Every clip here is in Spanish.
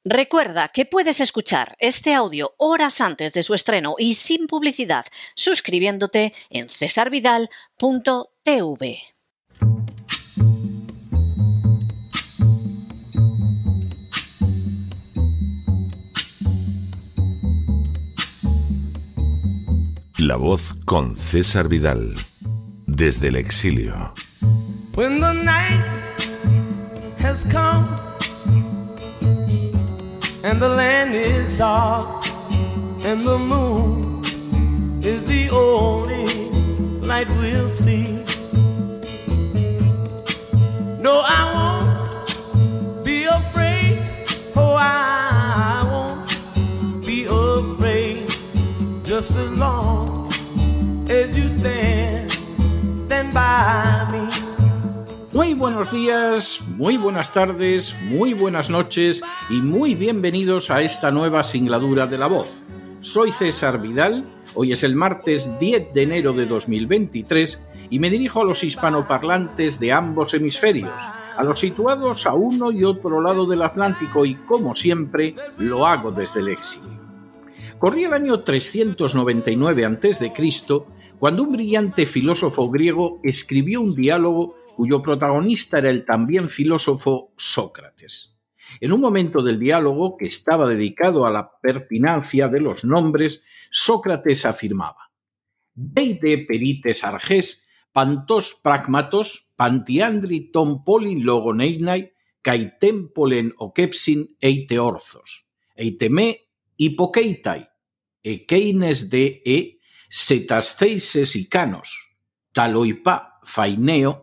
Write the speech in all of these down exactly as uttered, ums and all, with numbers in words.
Recuerda que puedes escuchar este audio horas antes de su estreno y sin publicidad suscribiéndote en cesar vidal punto t v. La Voz con César Vidal, desde el exilio. When the night has come and the land is dark and the moon is the only light we'll see. No, I won't be afraid. Oh, I won't be afraid. Just as long as you stand, stand by me. Muy buenos días, muy buenas tardes, muy buenas noches y muy bienvenidos a esta nueva singladura de La Voz. Soy César Vidal, hoy es el martes diez de enero de dos mil veintitrés y me dirijo a los hispanoparlantes de ambos hemisferios, a los situados a uno y otro lado del Atlántico y, como siempre, lo hago desde el exilio. Corría el año trescientos noventa y nueve antes de Cristo cuando un brillante filósofo griego escribió un diálogo cuyo protagonista era el también filósofo Sócrates. En un momento del diálogo, que estaba dedicado a la pertinacia de los nombres, Sócrates afirmaba: «Deide perites arges, pantos pragmatos, pantiandri ton polin logoneinai, kai tempolen okepsin eite orzos, eiteme hipokeitai, ekeines de e setasteises icanos, taloipa faineo,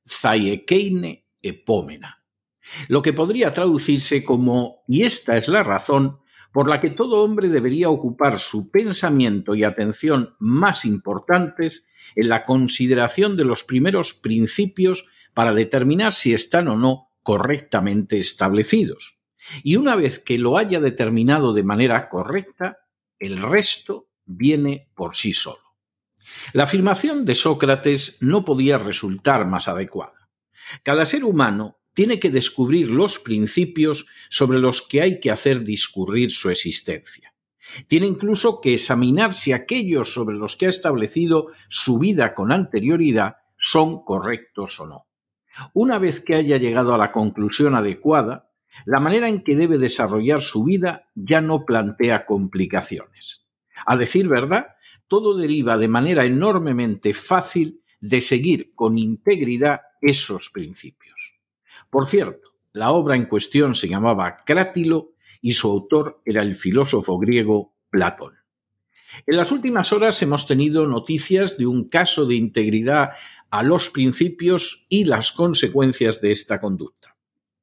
zaiekeine epómena». Lo que podría traducirse como «y esta es la razón por la que todo hombre debería ocupar su pensamiento y atención más importantes en la consideración de los primeros principios para determinar si están o no correctamente establecidos. Y una vez que lo haya determinado de manera correcta, el resto viene por sí solo». La afirmación de Sócrates no podía resultar más adecuada. Cada ser humano tiene que descubrir los principios sobre los que hay que hacer discurrir su existencia. Tiene incluso que examinar si aquellos sobre los que ha establecido su vida con anterioridad son correctos o no. Una vez que haya llegado a la conclusión adecuada, la manera en que debe desarrollar su vida ya no plantea complicaciones. A decir verdad, todo deriva de manera enormemente fácil de seguir con integridad esos principios. Por cierto, la obra en cuestión se llamaba Crátilo y su autor era el filósofo griego Platón. En las últimas horas hemos tenido noticias de un caso de integridad a los principios y las consecuencias de esta conducta.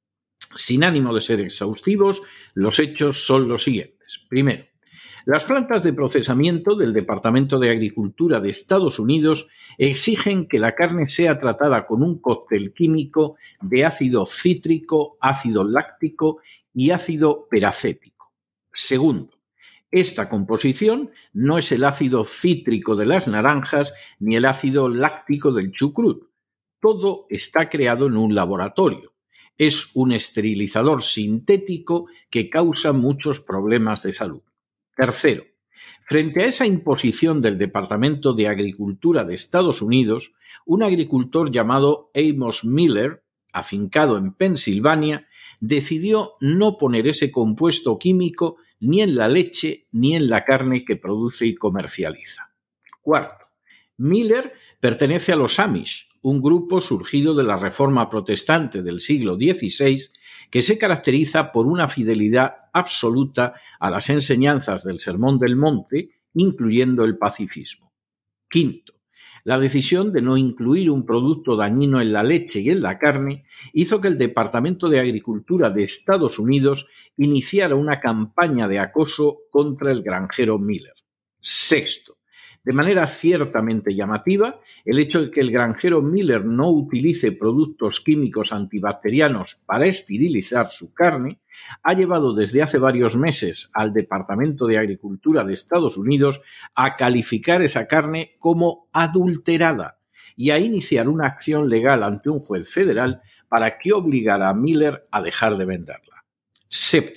Sin ánimo de ser exhaustivos, los hechos son los siguientes. Primero, las plantas de procesamiento del Departamento de Agricultura de Estados Unidos exigen que la carne sea tratada con un cóctel químico de ácido cítrico, ácido láctico y ácido peracético. Segundo, esta composición no es el ácido cítrico de las naranjas ni el ácido láctico del chucrut. Todo está creado en un laboratorio. Es un esterilizador sintético que causa muchos problemas de salud. Tercero, frente a esa imposición del Departamento de Agricultura de Estados Unidos, un agricultor llamado Amos Miller, afincado en Pensilvania, decidió no poner ese compuesto químico ni en la leche ni en la carne que produce y comercializa. Cuarto, Miller pertenece a los Amish, un grupo surgido de la Reforma Protestante del siglo dieciséis que se caracteriza por una fidelidad absoluta a las enseñanzas del Sermón del Monte, incluyendo el pacifismo. Quinto, la decisión de no incluir un producto dañino en la leche y en la carne hizo que el Departamento de Agricultura de Estados Unidos iniciara una campaña de acoso contra el granjero Miller. Sexto, de manera ciertamente llamativa, el hecho de que el granjero Miller no utilice productos químicos antibacterianos para esterilizar su carne ha llevado desde hace varios meses al Departamento de Agricultura de Estados Unidos a calificar esa carne como adulterada y a iniciar una acción legal ante un juez federal para que obligara a Miller a dejar de venderla. Séptimo,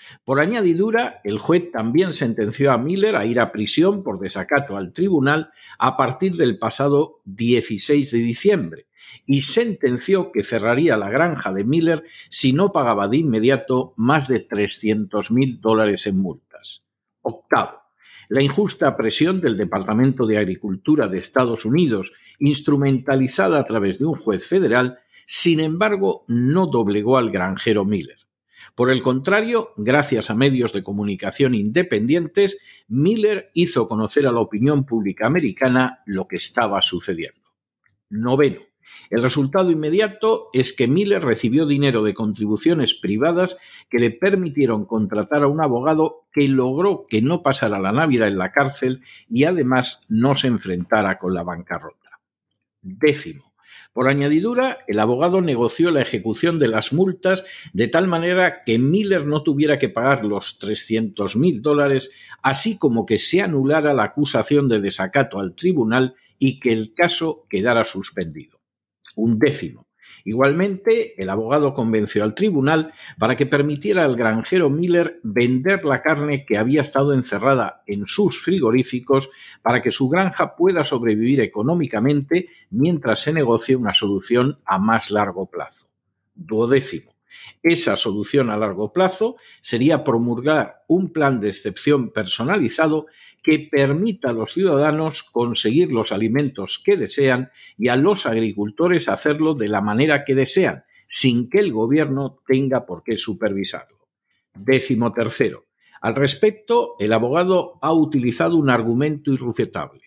Por añadidura, el juez también sentenció a Miller a ir a prisión por desacato al tribunal a partir del pasado dieciséis de diciembre y sentenció que cerraría la granja de Miller si no pagaba de inmediato más de trescientos mil dólares en multas. Octavo, la injusta presión del Departamento de Agricultura de Estados Unidos, instrumentalizada a través de un juez federal, sin embargo, no doblegó al granjero Miller. Por el contrario, gracias a medios de comunicación independientes, Miller hizo conocer a la opinión pública americana lo que estaba sucediendo. Noveno. El resultado inmediato es que Miller recibió dinero de contribuciones privadas que le permitieron contratar a un abogado que logró que no pasara la Navidad en la cárcel y además no se enfrentara con la bancarrota. Décimo. Por añadidura, el abogado negoció la ejecución de las multas de tal manera que Miller no tuviera que pagar los trescientos mil dólares, así como que se anulara la acusación de desacato al tribunal y que el caso quedara suspendido. Un décimo. Igualmente, el abogado convenció al tribunal para que permitiera al granjero Miller vender la carne que había estado encerrada en sus frigoríficos para que su granja pueda sobrevivir económicamente mientras se negocie una solución a más largo plazo. Duodécimo. Esa solución a largo plazo sería promulgar un plan de excepción personalizado que permita a los ciudadanos conseguir los alimentos que desean y a los agricultores hacerlo de la manera que desean, sin que el gobierno tenga por qué supervisarlo. Décimo tercero. Al respecto, el abogado ha utilizado un argumento irrefutable.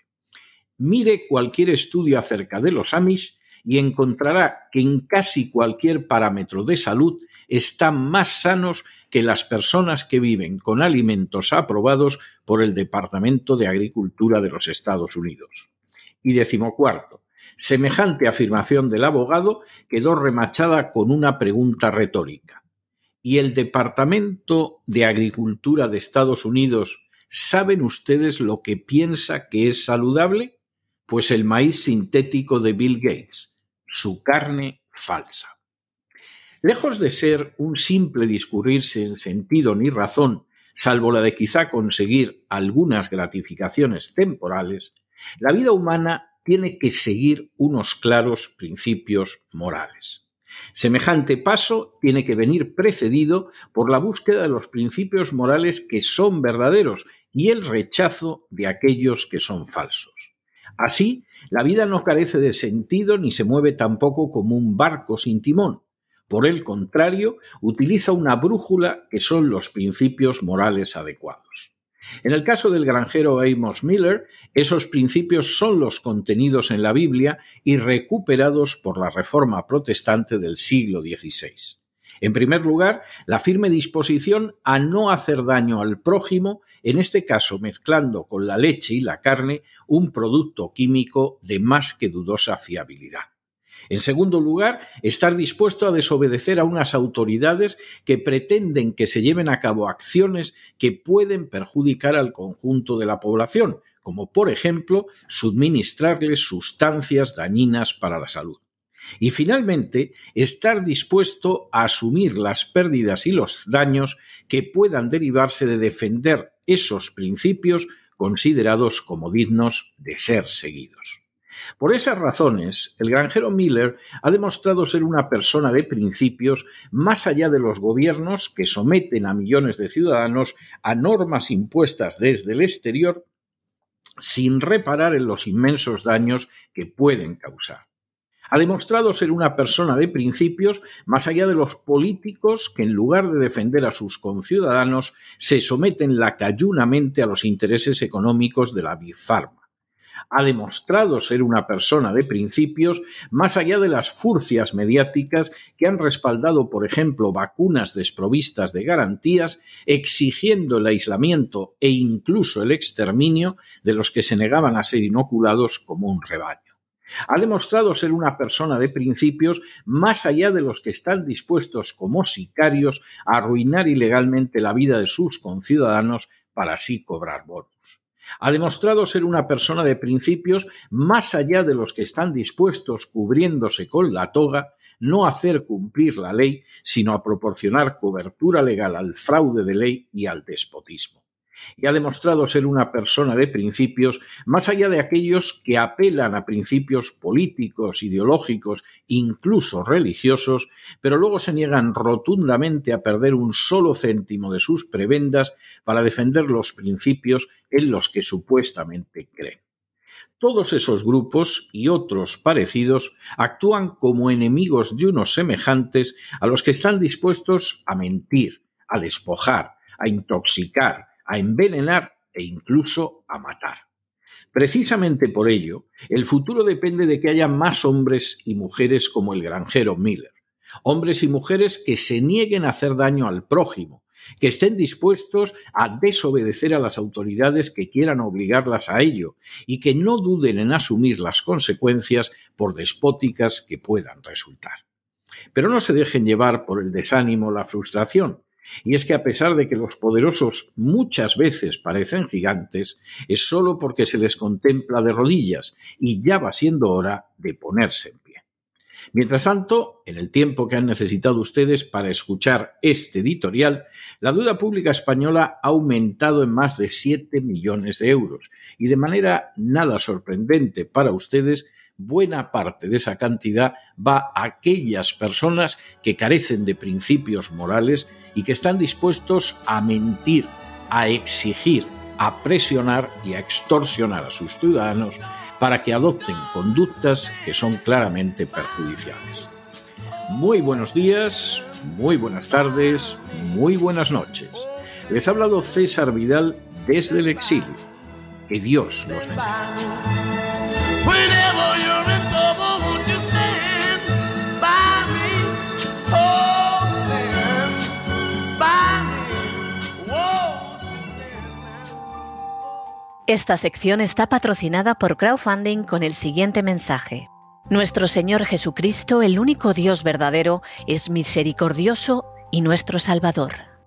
Mire cualquier estudio acerca de los Amish y encontrará que en casi cualquier parámetro de salud están más sanos que las personas que viven con alimentos aprobados por el Departamento de Agricultura de los Estados Unidos. Y decimocuarto, semejante afirmación del abogado quedó remachada con una pregunta retórica. ¿Y el Departamento de Agricultura de Estados Unidos, saben ustedes lo que piensa que es saludable? Pues el maíz sintético de Bill Gates, su carne falsa. Lejos de ser un simple discurrir sin sentido ni razón, salvo la de quizá conseguir algunas gratificaciones temporales, la vida humana tiene que seguir unos claros principios morales. Semejante paso tiene que venir precedido por la búsqueda de los principios morales que son verdaderos y el rechazo de aquellos que son falsos. Así, la vida no carece de sentido ni se mueve tampoco como un barco sin timón. Por el contrario, utiliza una brújula que son los principios morales adecuados. En el caso del granjero Amos Miller, esos principios son los contenidos en la Biblia y recuperados por la Reforma Protestante del siglo dieciséis. En primer lugar, la firme disposición a no hacer daño al prójimo, en este caso mezclando con la leche y la carne un producto químico de más que dudosa fiabilidad. En segundo lugar, estar dispuesto a desobedecer a unas autoridades que pretenden que se lleven a cabo acciones que pueden perjudicar al conjunto de la población, como por ejemplo suministrarles sustancias dañinas para la salud. Y finalmente, estar dispuesto a asumir las pérdidas y los daños que puedan derivarse de defender esos principios considerados como dignos de ser seguidos. Por esas razones, el granjero Miller ha demostrado ser una persona de principios más allá de los gobiernos que someten a millones de ciudadanos a normas impuestas desde el exterior sin reparar en los inmensos daños que pueden causar. Ha demostrado ser una persona de principios más allá de los políticos que en lugar de defender a sus conciudadanos se someten lacayunamente a los intereses económicos de la Big Pharma. Ha demostrado ser una persona de principios más allá de las furcias mediáticas que han respaldado, por ejemplo, vacunas desprovistas de garantías, exigiendo el aislamiento e incluso el exterminio de los que se negaban a ser inoculados como un rebaño. Ha demostrado ser una persona de principios más allá de los que están dispuestos como sicarios a arruinar ilegalmente la vida de sus conciudadanos para así cobrar bonos. Ha demostrado ser una persona de principios más allá de los que están dispuestos, cubriéndose con la toga, no a hacer cumplir la ley, sino a proporcionar cobertura legal al fraude de ley y al despotismo. Y ha demostrado ser una persona de principios más allá de aquellos que apelan a principios políticos, ideológicos, incluso religiosos, pero luego se niegan rotundamente a perder un solo céntimo de sus prebendas para defender los principios en los que supuestamente creen. Todos esos grupos y otros parecidos actúan como enemigos de unos semejantes a los que están dispuestos a mentir, a despojar, a intoxicar, a envenenar e incluso a matar. Precisamente por ello, el futuro depende de que haya más hombres y mujeres como el granjero Miller. Hombres y mujeres que se nieguen a hacer daño al prójimo, que estén dispuestos a desobedecer a las autoridades que quieran obligarlas a ello y que no duden en asumir las consecuencias por despóticas que puedan resultar. Pero no se dejen llevar por el desánimo o la frustración. Y es que a pesar de que los poderosos muchas veces parecen gigantes, es solo porque se les contempla de rodillas y ya va siendo hora de ponerse en pie. Mientras tanto, en el tiempo que han necesitado ustedes para escuchar este editorial, la deuda pública española ha aumentado en más de siete millones de euros y de manera nada sorprendente para ustedes, buena parte de esa cantidad va a aquellas personas que carecen de principios morales y que están dispuestos a mentir, a exigir, a presionar y a extorsionar a sus ciudadanos para que adopten conductas que son claramente perjudiciales. Muy buenos días, muy buenas tardes, muy buenas noches. Les ha hablado César Vidal desde el exilio. Que Dios los bendiga. Esta sección está patrocinada por crowdfunding con el siguiente mensaje. Nuestro Señor Jesucristo, el único Dios verdadero, es misericordioso y nuestro Salvador.